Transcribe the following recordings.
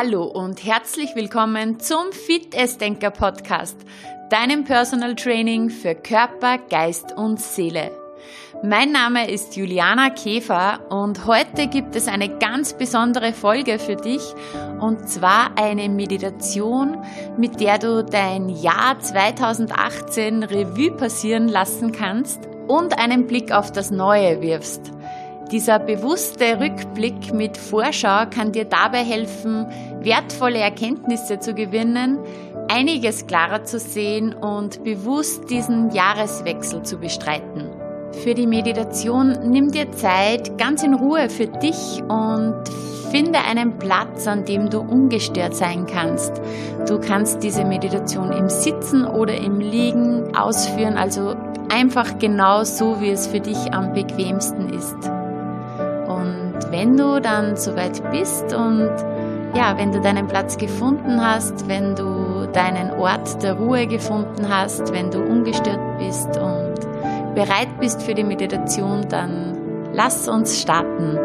Hallo und herzlich willkommen zum Fit-Essdenker Podcast, deinem Personal Training für Körper, Geist und Seele. Mein Name ist Juliana Käfer und heute gibt es eine ganz besondere Folge für dich und zwar eine Meditation, mit der du dein Jahr 2018 Revue passieren lassen kannst und einen Blick auf das Neue wirfst. Dieser bewusste Rückblick mit Vorschau kann dir dabei helfen, wertvolle Erkenntnisse zu gewinnen, einiges klarer zu sehen und bewusst diesen Jahreswechsel zu bestreiten. Für die Meditation nimm dir Zeit ganz in Ruhe für dich und finde einen Platz, an dem du ungestört sein kannst. Du kannst diese Meditation im Sitzen oder im Liegen ausführen, also einfach genau so, wie es für dich am bequemsten ist. Und wenn du dann soweit bist und wenn du deinen Platz gefunden hast, wenn du deinen Ort der Ruhe gefunden hast, wenn du ungestört bist und bereit bist für die Meditation, dann lass uns starten.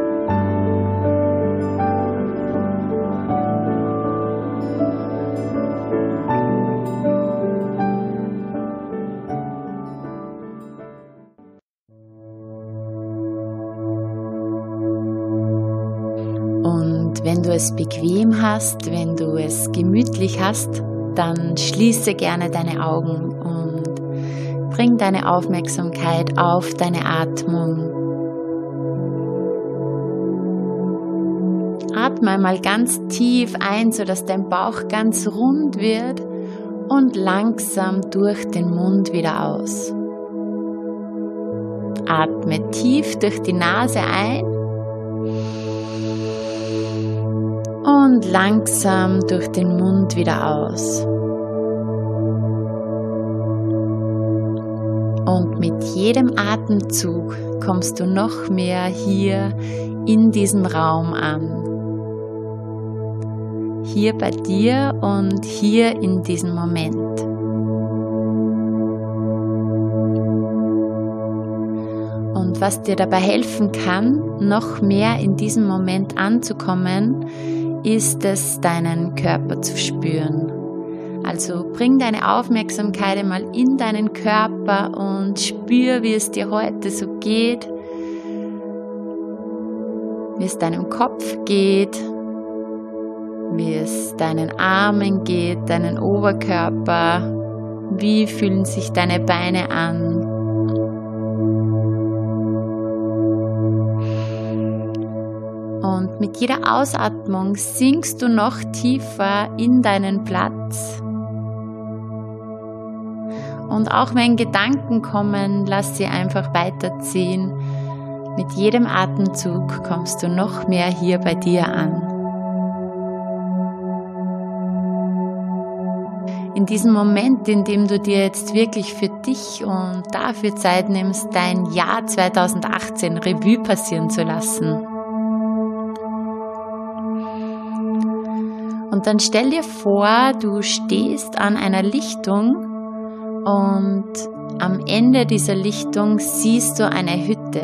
Und wenn du es bequem hast, wenn du es gemütlich hast, dann schließe gerne deine Augen und bring deine Aufmerksamkeit auf deine Atmung. Atme einmal ganz tief ein, sodass dein Bauch ganz rund wird und langsam durch den Mund wieder aus. Atme tief durch die Nase ein und langsam durch den Mund wieder aus. Und mit jedem Atemzug kommst du noch mehr hier in diesem Raum an. Hier bei dir und hier in diesem Moment. Und was dir dabei helfen kann, noch mehr in diesem Moment anzukommen, ist es, deinen Körper zu spüren. Also bring deine Aufmerksamkeit einmal in deinen Körper und spür, wie es dir heute so geht, wie es deinem Kopf geht, wie es deinen Armen geht, deinen Oberkörper, wie fühlen sich deine Beine an. Und mit jeder Ausatmung sinkst du noch tiefer in deinen Platz. Und auch wenn Gedanken kommen, lass sie einfach weiterziehen. Mit jedem Atemzug kommst du noch mehr hier bei dir an. In diesem Moment, in dem du dir jetzt wirklich für dich und dafür Zeit nimmst, dein Jahr 2018 Revue passieren zu lassen. Und dann stell dir vor, du stehst an einer Lichtung und am Ende dieser Lichtung siehst du eine Hütte.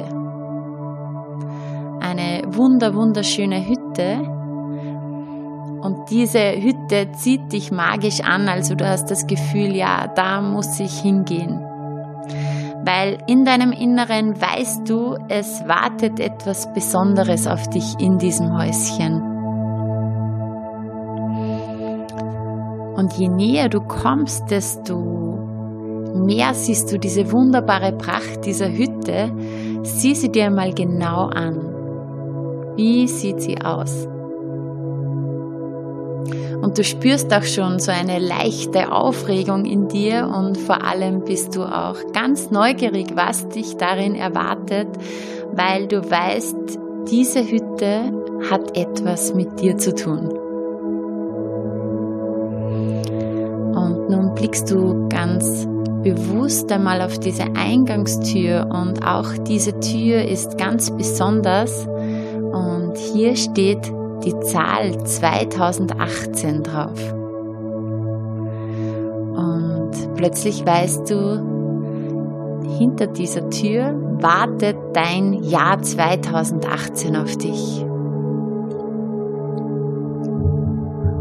Eine wunderschöne Hütte. Und diese Hütte zieht dich magisch an, also du hast das Gefühl, ja, da muss ich hingehen. Weil in deinem Inneren weißt du, es wartet etwas Besonderes auf dich in diesem Häuschen. Und je näher du kommst, desto mehr siehst du diese wunderbare Pracht dieser Hütte. Sieh sie dir mal genau an. Wie sieht sie aus? Und du spürst auch schon so eine leichte Aufregung in dir und vor allem bist du auch ganz neugierig, was dich darin erwartet, weil du weißt, diese Hütte hat etwas mit dir zu tun. Und nun blickst du ganz bewusst einmal auf diese Eingangstür und auch diese Tür ist ganz besonders und hier steht die Zahl 2018 drauf. Und plötzlich weißt du, hinter dieser Tür wartet dein Jahr 2018 auf dich.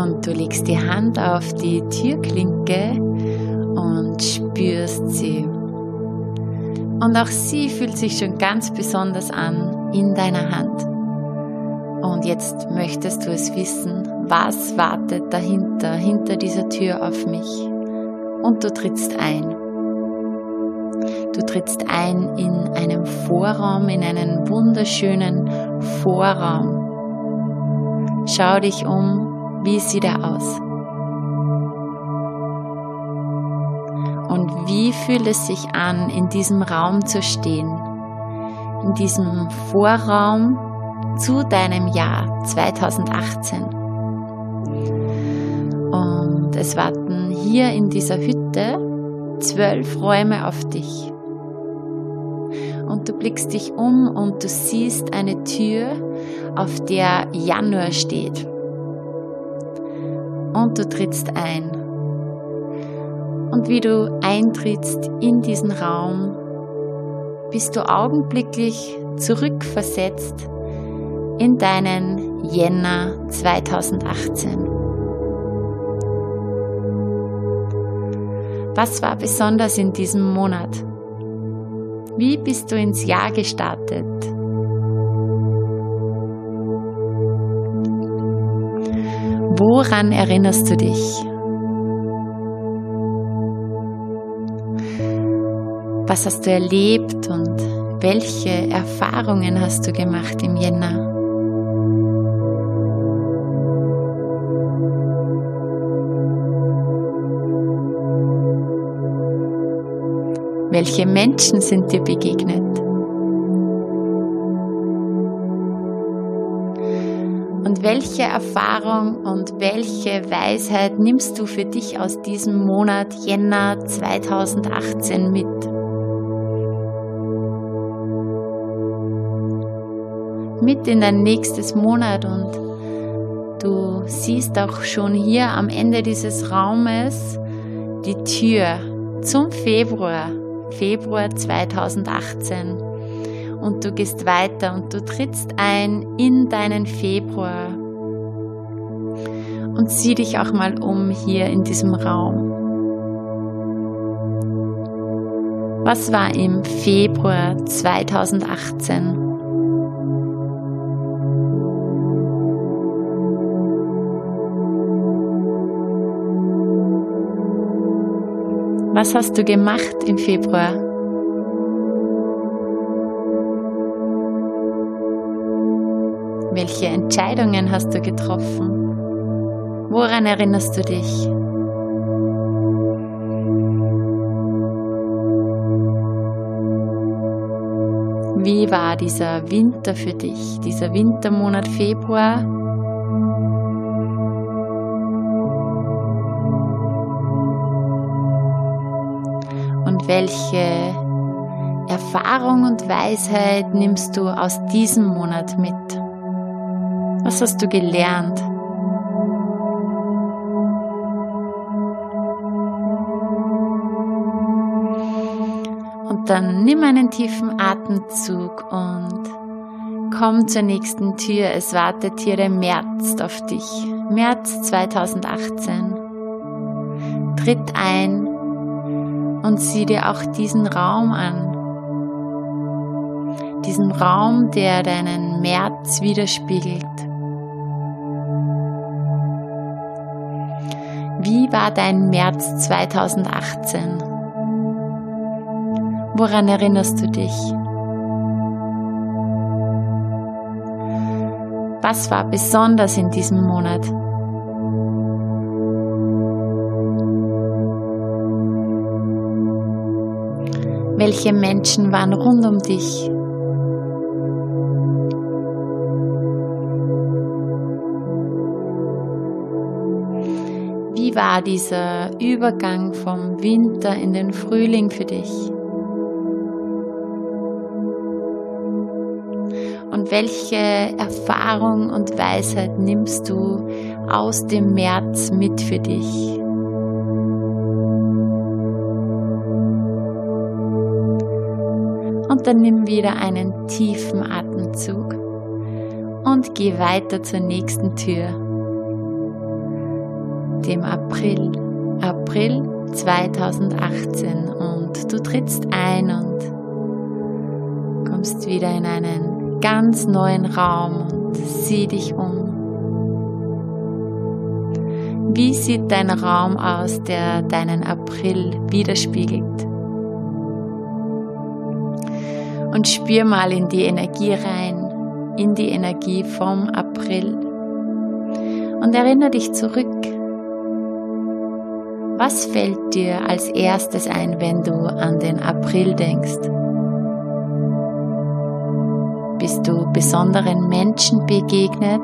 Und du legst die Hand auf die Türklinke und spürst sie. Und auch sie fühlt sich schon ganz besonders an in deiner Hand. Und jetzt möchtest du es wissen, was wartet dahinter, hinter dieser Tür auf mich. Und du trittst ein. Du trittst ein in einem Vorraum, in einen wunderschönen Vorraum. Schau dich um, wie sieht er aus? Und wie fühlt es sich an, in diesem Raum zu stehen? In diesem Vorraum zu deinem Jahr 2018. Und es warten hier in dieser Hütte 12 Räume auf dich. Und du blickst dich um und du siehst eine Tür, auf der Januar steht. Und du trittst ein. Und wie du eintrittst in diesen Raum, bist du augenblicklich zurückversetzt in deinen Jänner 2018. Was war besonders in diesem Monat? Wie bist du ins Jahr gestartet? Woran erinnerst du dich? Was hast du erlebt und welche Erfahrungen hast du gemacht im Jänner? Welche Menschen sind dir begegnet? Und welche Erfahrung und welche Weisheit nimmst du für dich aus diesem Monat Jänner 2018 mit? Mit in dein nächstes Monat, und du siehst auch schon hier am Ende dieses Raumes die Tür zum Februar 2018, und du gehst weiter und du trittst ein in deinen Februar und sieh dich auch mal um hier in diesem Raum. Was war im Februar 2018? Was hast du gemacht im Februar? Welche Entscheidungen hast du getroffen? Woran erinnerst du dich? Wie war dieser Winter für dich, dieser Wintermonat Februar? Und welche Erfahrung und Weisheit nimmst du aus diesem Monat mit? Was hast du gelernt? Und dann nimm einen tiefen Atemzug und komm zur nächsten Tür. Es wartet hier der März auf dich. März 2018. Tritt ein und sieh dir auch diesen Raum an. Diesen Raum, der deinen März widerspiegelt. Wie war dein März 2018? Woran erinnerst du dich? Was war besonders in diesem Monat? Welche Menschen waren rund um dich? Wie war dieser Übergang vom Winter in den Frühling für dich? Und welche Erfahrung und Weisheit nimmst du aus dem März mit für dich? Und dann nimm wieder einen tiefen Atemzug und geh weiter zur nächsten Tür. dem April 2018 und du trittst ein und kommst wieder in einen ganz neuen Raum und sieh dich um. Wie sieht dein Raum aus, der deinen April widerspiegelt? Und spür mal in die Energie rein, in die Energie vom April. Und erinnere dich zurück. Was fällt dir als erstes ein, wenn du an den April denkst? Bist du besonderen Menschen begegnet?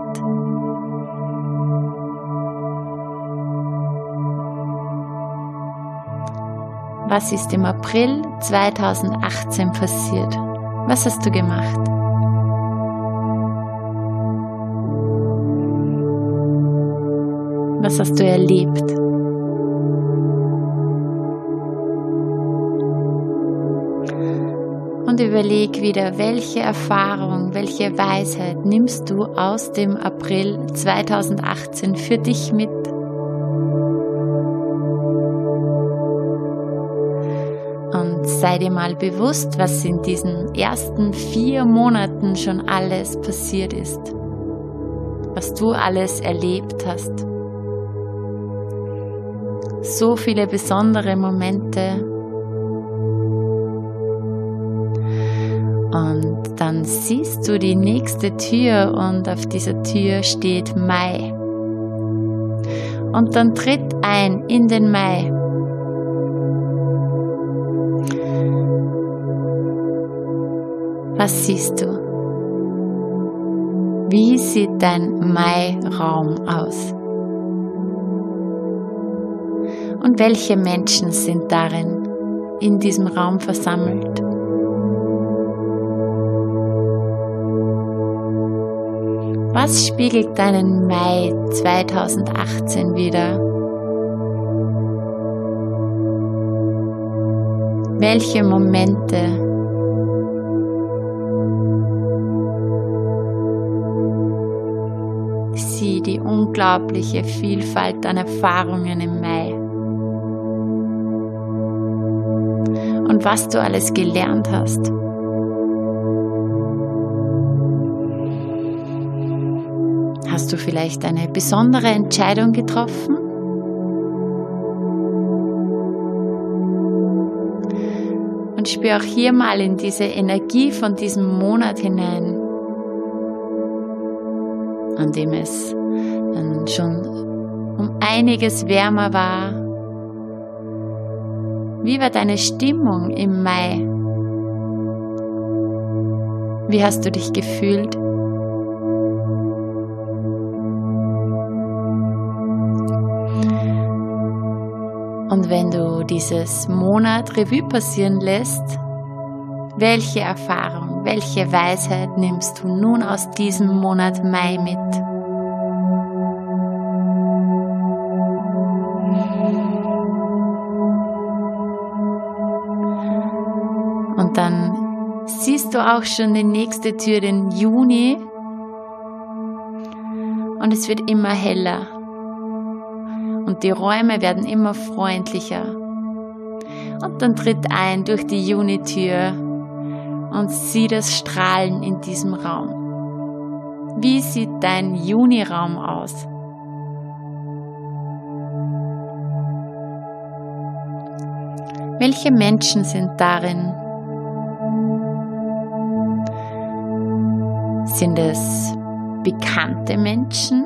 Was ist im April 2018 passiert? Was hast du gemacht? Was hast du erlebt? Und überleg wieder, welche Erfahrung, welche Weisheit nimmst du aus dem April 2018 für dich mit? Und sei dir mal bewusst, was in diesen ersten 4 Monaten schon alles passiert ist, was du alles erlebt hast. So viele besondere Momente. Und dann siehst du die nächste Tür und auf dieser Tür steht Mai. Und dann tritt ein in den Mai. Was siehst du? Wie sieht dein Mai-Raum aus? Und welche Menschen sind darin, in diesem Raum versammelt? Was spiegelt deinen Mai 2018 wider? Welche Momente? Sieh die unglaubliche Vielfalt an Erfahrungen im Mai. Und was du alles gelernt hast. Hast du vielleicht eine besondere Entscheidung getroffen? Und spür auch hier mal in diese Energie von diesem Monat hinein, an dem es dann schon um einiges wärmer war. Wie war deine Stimmung im Mai? Wie hast du dich gefühlt? Und wenn du dieses Monat Revue passieren lässt, welche Erfahrung, welche Weisheit nimmst du nun aus diesem Monat Mai mit? Und dann siehst du auch schon die nächste Tür, den Juni, und es wird immer heller. Und die Räume werden immer freundlicher. Und dann tritt ein durch die Junitür und sieh das Strahlen in diesem Raum. Wie sieht dein Juniraum aus? Welche Menschen sind darin? Sind es bekannte Menschen?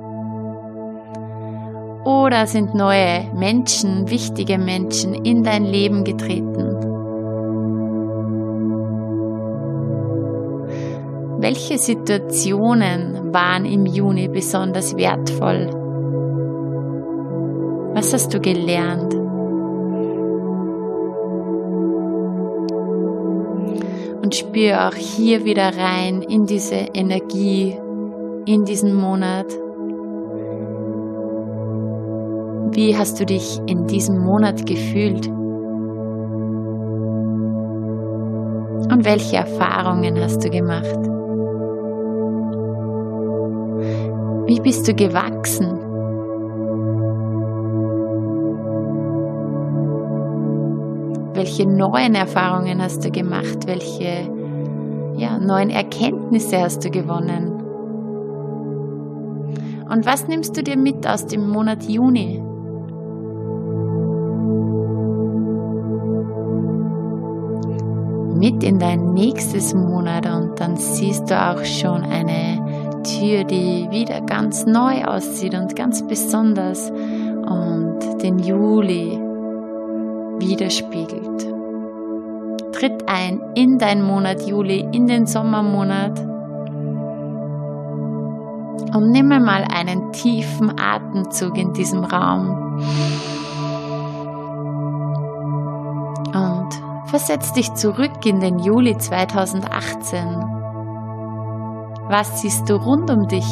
Oder sind neue Menschen, wichtige Menschen in dein Leben getreten? Welche Situationen waren im Juni besonders wertvoll? Was hast du gelernt? Und spür auch hier wieder rein in diese Energie, in diesen Monat. Wie hast du dich in diesem Monat gefühlt? Und welche Erfahrungen hast du gemacht? Wie bist du gewachsen? Welche neuen Erfahrungen hast du gemacht? Welche neuen Erkenntnisse hast du gewonnen? Und was nimmst du dir mit aus dem Monat Juni? Mit in dein nächstes Monat, und dann siehst du auch schon eine Tür, die wieder ganz neu aussieht und ganz besonders und den Juli widerspiegelt. Tritt ein in deinen Monat Juli, in den Sommermonat, und nimm mal einen tiefen Atemzug in diesem Raum und versetz dich zurück in den Juli 2018. Was siehst du rund um dich?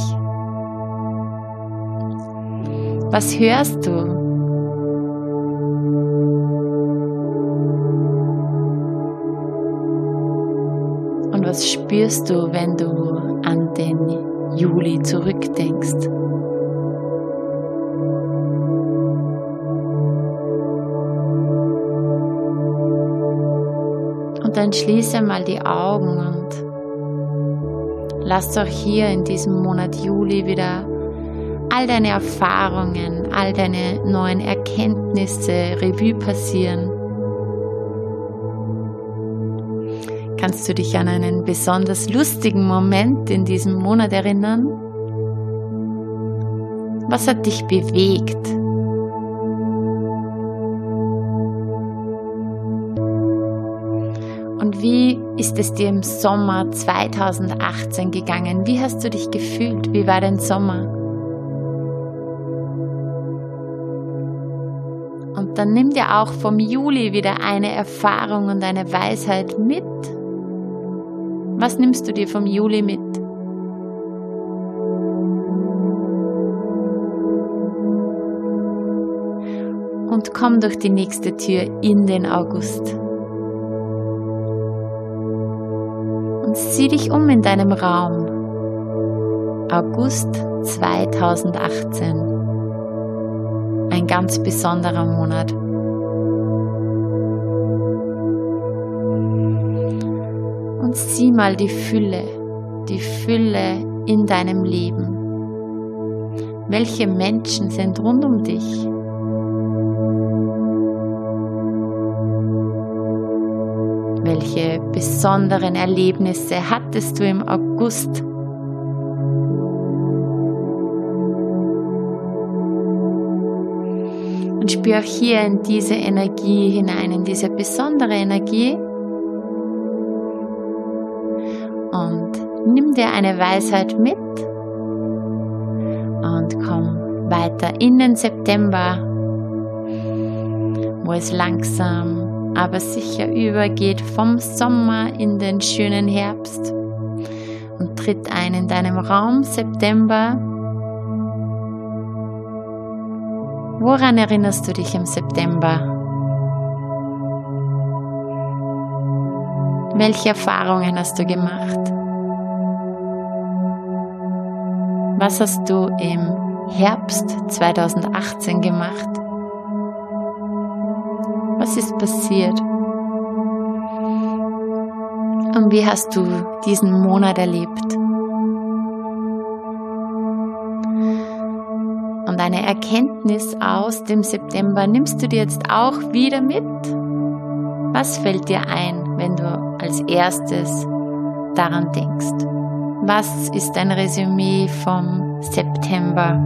Was hörst du? Und was spürst du, wenn du an den Juli zurückdenkst? Und dann schließe mal die Augen und lass auch hier in diesem Monat Juli wieder all deine Erfahrungen, all deine neuen Erkenntnisse Revue passieren. Kannst du dich an einen besonders lustigen Moment in diesem Monat erinnern? Was hat dich bewegt? Und wie ist es dir im Sommer 2018 gegangen? Wie hast du dich gefühlt? Wie war dein Sommer? Und dann nimm dir auch vom Juli wieder eine Erfahrung und eine Weisheit mit. Was nimmst du dir vom Juli mit? Und komm durch die nächste Tür in den August. Und sieh dich um in deinem Raum. August 2018. Ein ganz besonderer Monat. Und sieh mal die Fülle in deinem Leben. Welche Menschen sind rund um dich? Welche besonderen Erlebnisse hattest du im August? Und spür auch hier in diese Energie hinein, in diese besondere Energie. Und nimm dir eine Weisheit mit und komm weiter in den September, wo es langsam aber sicher übergeht vom Sommer in den schönen Herbst, und tritt ein in deinem Raum September. Woran erinnerst du dich im September? Welche Erfahrungen hast du gemacht? Was hast du im Herbst 2018 gemacht? Was ist passiert? Und wie hast du diesen Monat erlebt? Und eine Erkenntnis aus dem September nimmst du dir jetzt auch wieder mit? Was fällt dir ein, wenn du als erstes daran denkst? Was ist dein Resümee vom September?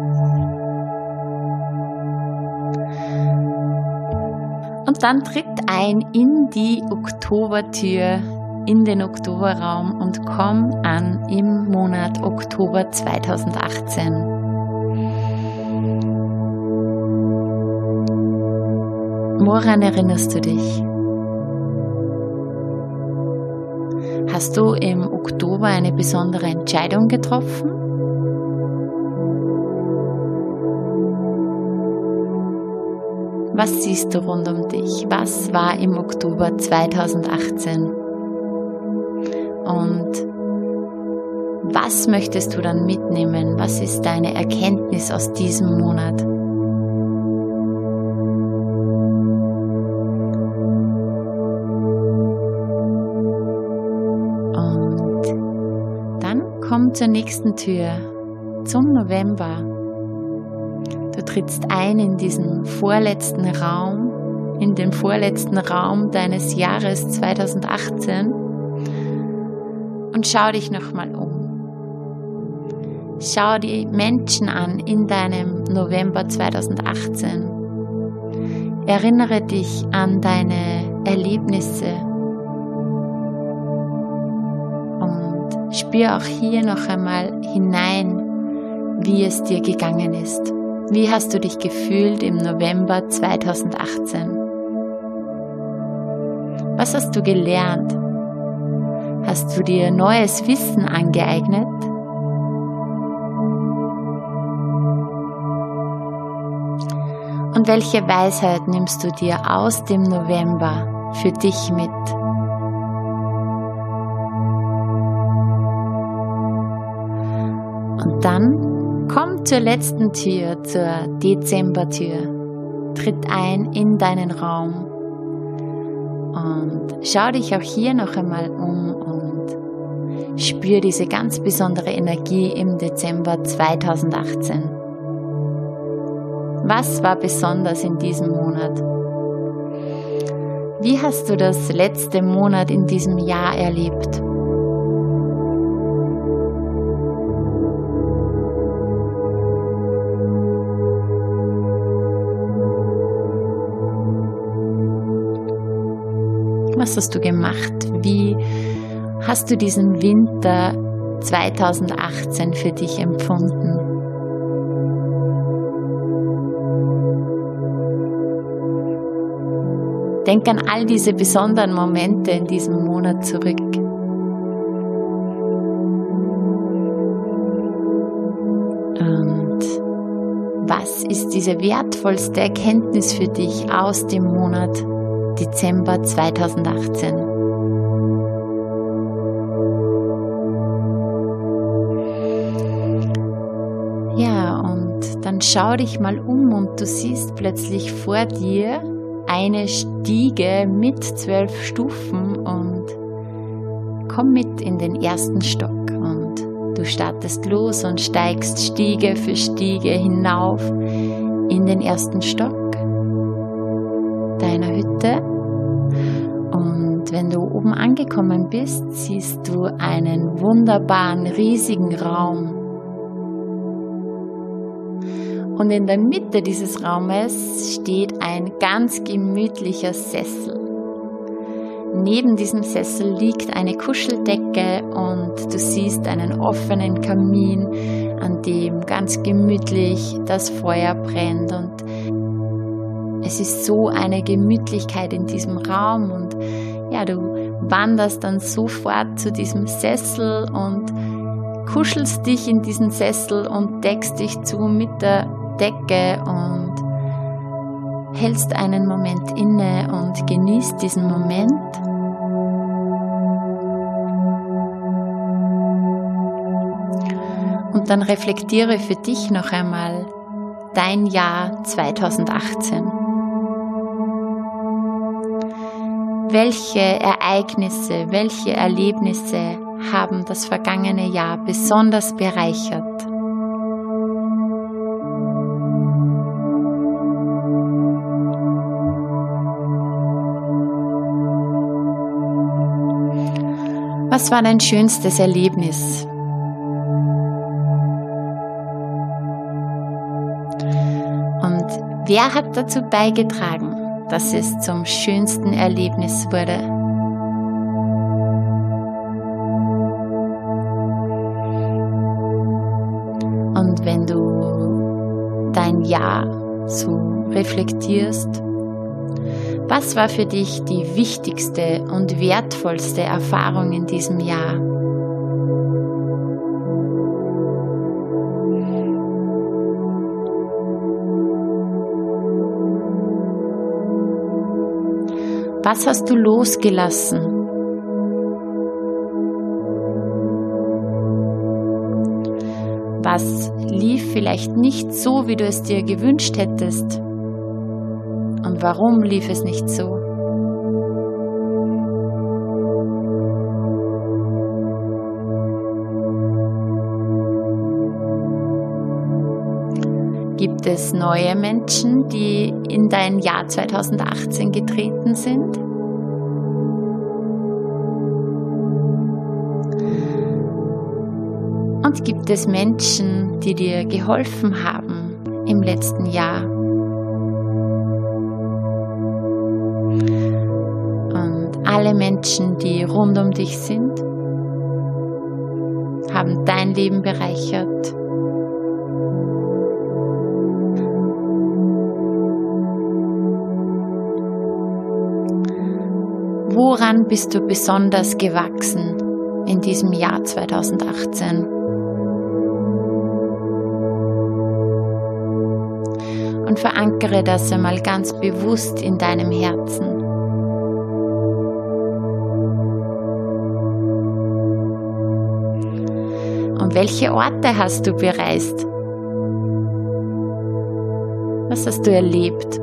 Und dann tritt ein in die Oktobertür, in den Oktoberraum, und komm an im Monat Oktober 2018. Woran erinnerst du dich? Hast du im Oktober eine besondere Entscheidung getroffen? Was siehst du rund um dich? Was war im Oktober 2018? Und was möchtest du dann mitnehmen? Was ist deine Erkenntnis aus diesem Monat? komm zur nächsten Tür, zum November. Du trittst ein in diesen vorletzten Raum, in den vorletzten Raum deines Jahres 2018 und schau dich nochmal um. Schau die Menschen an in deinem November 2018. Erinnere dich an deine Erlebnisse und spür auch hier noch einmal hinein, wie es dir gegangen ist. Wie hast du dich gefühlt im November 2018? Was hast du gelernt? Hast du dir neues Wissen angeeignet? Und welche Weisheit nimmst du dir aus dem November für dich mit? Und dann komm zur letzten Tür, zur Dezembertür. Tritt ein in deinen Raum und schau dich auch hier noch einmal um und spür diese ganz besondere Energie im Dezember 2018. Was war besonders in diesem Monat? Wie hast du das letzte Monat in diesem Jahr erlebt? Was hast du gemacht? Wie hast du diesen Winter 2018 für dich empfunden? Denk an all diese besonderen Momente in diesem Monat zurück. Und was ist diese wertvollste Erkenntnis für dich aus dem Monat Dezember 2018? Ja, und dann schau dich mal um und du siehst plötzlich vor dir eine Stiege mit 12 Stufen und komm mit in den ersten Stock und du startest los und steigst Stiege für Stiege hinauf in den ersten Stock deiner Hütte. Und wenn du oben angekommen bist, siehst du einen wunderbaren, riesigen Raum. Und in der Mitte dieses Raumes steht ein ganz gemütlicher Sessel. Neben diesem Sessel liegt eine Kuscheldecke und du siehst einen offenen Kamin, an dem ganz gemütlich das Feuer brennt. Und es ist so eine Gemütlichkeit in diesem Raum. Und ja, du wanderst dann sofort zu diesem Sessel und kuschelst dich in diesen Sessel und deckst dich zu mit der Decke und hältst einen Moment inne und genießt diesen Moment. Und dann reflektiere für dich noch einmal dein Jahr 2018. Welche Ereignisse, welche Erlebnisse haben das vergangene Jahr besonders bereichert? Was war dein schönstes Erlebnis? Und wer hat dazu beigetragen, dass es zum schönsten Erlebnis wurde? Und wenn du dein Jahr so reflektierst, was war für dich die wichtigste und wertvollste Erfahrung in diesem Jahr? Was hast du losgelassen? Was lief vielleicht nicht so, wie du es dir gewünscht hättest? Und warum lief es nicht so? Gibt es neue Menschen, die in dein Jahr 2018 getreten sind? Und gibt es Menschen, die dir geholfen haben im letzten Jahr? Und alle Menschen, die rund um dich sind, haben dein Leben bereichert. Woran bist du besonders gewachsen in diesem Jahr 2018? Und verankere das einmal ganz bewusst in deinem Herzen. Und welche Orte hast du bereist? Was hast du erlebt?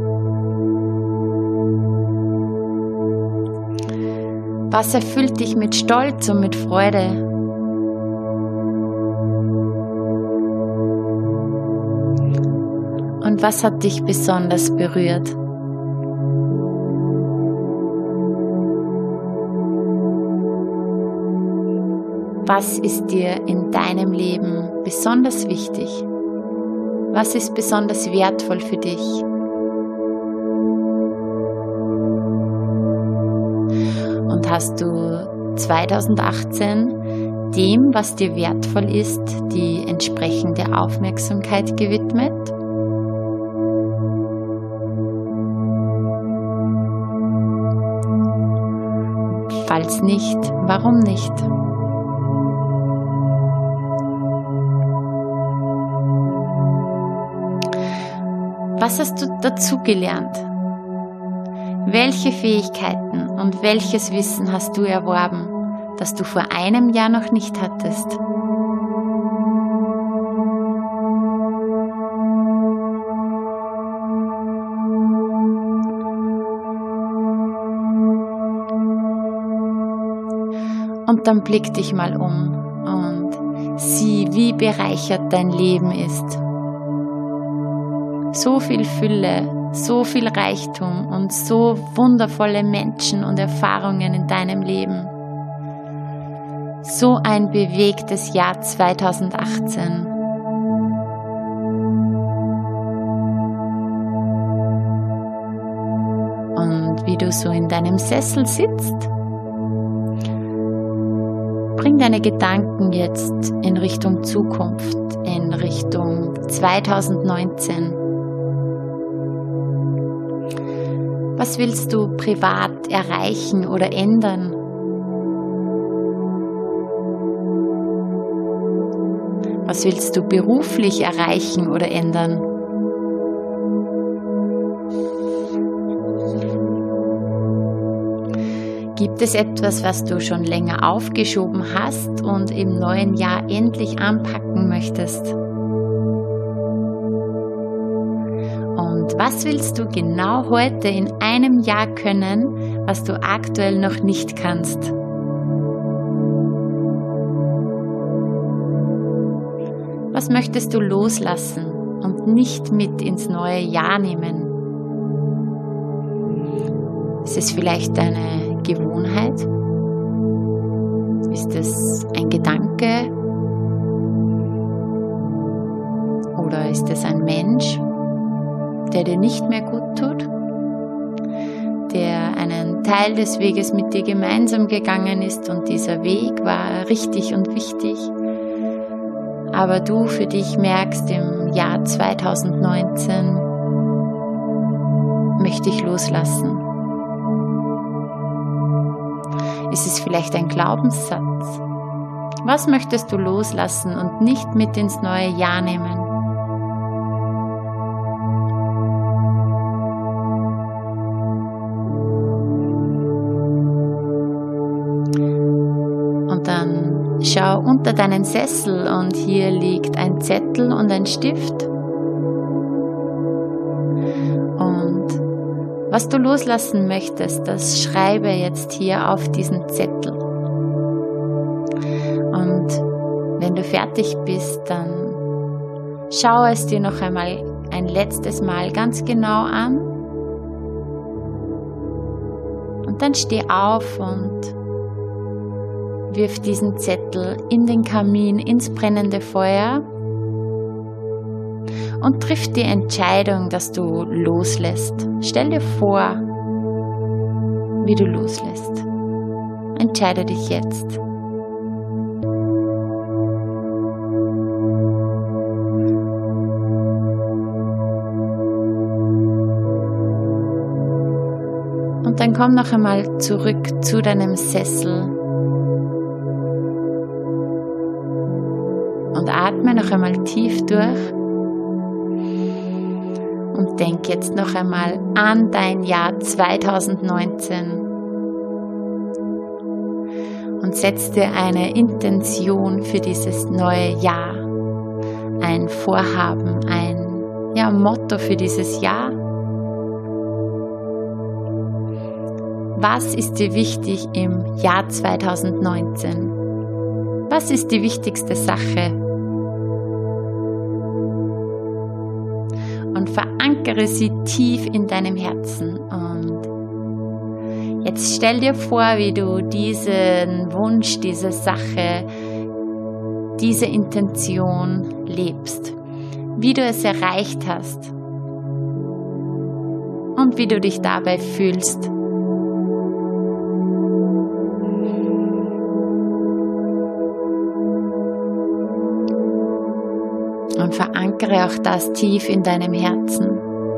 Was erfüllt dich mit Stolz und mit Freude? Und was hat dich besonders berührt? Was ist dir in deinem Leben besonders wichtig? Was ist besonders wertvoll für dich? Und hast du 2018 dem, was dir wertvoll ist, die entsprechende Aufmerksamkeit gewidmet? Falls nicht, warum nicht? Was hast du dazugelernt? Welche Fähigkeiten und welches Wissen hast du erworben, das du vor einem Jahr noch nicht hattest? Und dann blick dich mal um und sieh, wie bereichert dein Leben ist. So viel Fülle, so viel Reichtum und so wundervolle Menschen und Erfahrungen in deinem Leben. So ein bewegtes Jahr 2018. Und wie du so in deinem Sessel sitzt, bring deine Gedanken jetzt in Richtung Zukunft, in Richtung 2019. Was willst du privat erreichen oder ändern? Was willst du beruflich erreichen oder ändern? Gibt es etwas, was du schon länger aufgeschoben hast und im neuen Jahr endlich anpacken möchtest? Und was willst du genau heute in einem Jahr können, was du aktuell noch nicht kannst? Was möchtest du loslassen und nicht mit ins neue Jahr nehmen? Ist es vielleicht eine Gewohnheit? Ist es ein Gedanke? Oder ist es ein Mensch, der dir nicht mehr gut tut? Der einen Teil des Weges mit dir gemeinsam gegangen ist und dieser Weg war richtig und wichtig, aber du für dich merkst, im Jahr 2019 möchte ich loslassen. Ist es vielleicht ein Glaubenssatz? Was möchtest du loslassen und nicht mit ins neue Jahr nehmen? Und dann schau unter deinen Sessel und hier liegt ein Zettel und ein Stift. Was du loslassen möchtest, das schreibe jetzt hier auf diesen Zettel. Und wenn du fertig bist, dann Schau es dir noch einmal ein letztes Mal ganz genau an. Und dann steh auf und wirf diesen Zettel in den Kamin, ins brennende Feuer und triff die Entscheidung, dass du loslässt. Stell dir vor, wie du loslässt. Entscheide dich jetzt. Und dann komm noch einmal zurück zu deinem Sessel und atme noch einmal tief durch und denk jetzt noch einmal an dein Jahr 2019 und setz dir eine Intention für dieses neue Jahr, ein Vorhaben, ein Motto für dieses Jahr. Was ist dir wichtig im Jahr 2019? Was ist die wichtigste Sache? Und verankere sie tief in deinem Herzen. Und jetzt stell dir vor, wie du diesen Wunsch, diese Sache, diese Intention lebst. Wie du es erreicht hast. Und wie du dich dabei fühlst. Und verankere auch das tief in deinem Herzen.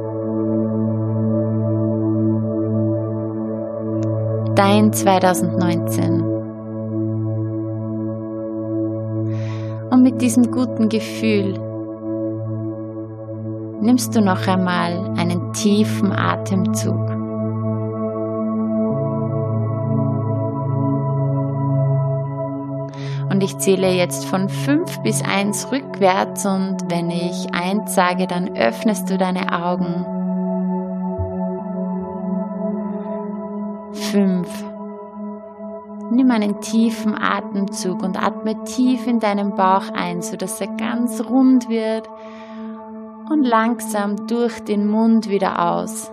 Dein 2019. Und mit diesem guten Gefühl nimmst du noch einmal einen tiefen Atemzug. Und ich zähle jetzt von 5 bis 1 rückwärts und wenn ich 1 sage, dann öffnest du deine Augen. 5. Nimm einen tiefen Atemzug und atme tief in deinen Bauch ein, sodass er ganz rund wird und langsam durch den Mund wieder aus.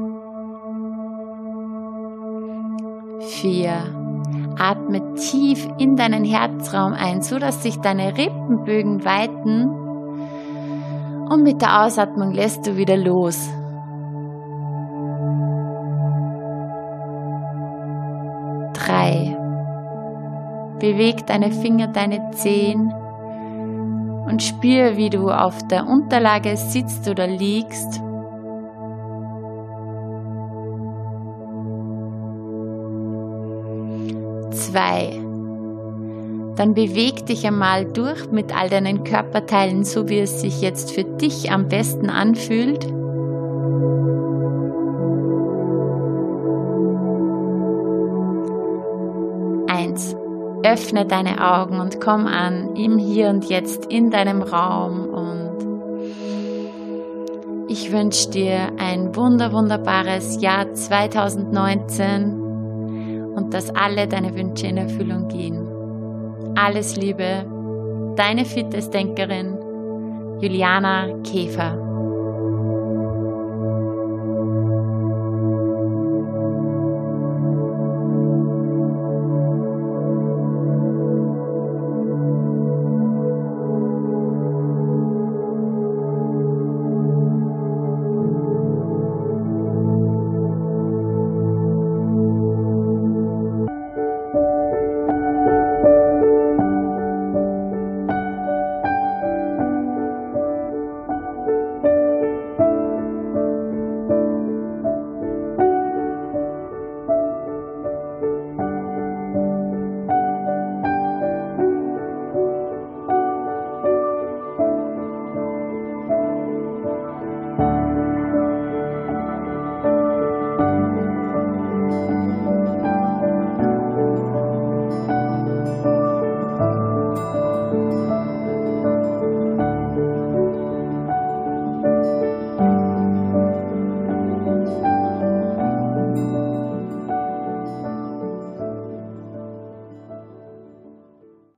4. Atme tief in deinen Herzraum ein, sodass sich deine Rippenbögen weiten und mit der Ausatmung lässt du wieder los. 3. Beweg deine Finger, deine Zehen und spür, wie du auf der Unterlage sitzt oder liegst. 2. Dann beweg dich einmal durch mit all deinen Körperteilen, so wie es sich jetzt für dich am besten anfühlt. 1. Öffne deine Augen und komm an im Hier und Jetzt in deinem Raum und ich wünsche dir ein wunderbares Jahr 2019 und dass alle deine Wünsche in Erfüllung gehen. Alles Liebe, deine Fitnessdenkerin Juliana Käfer.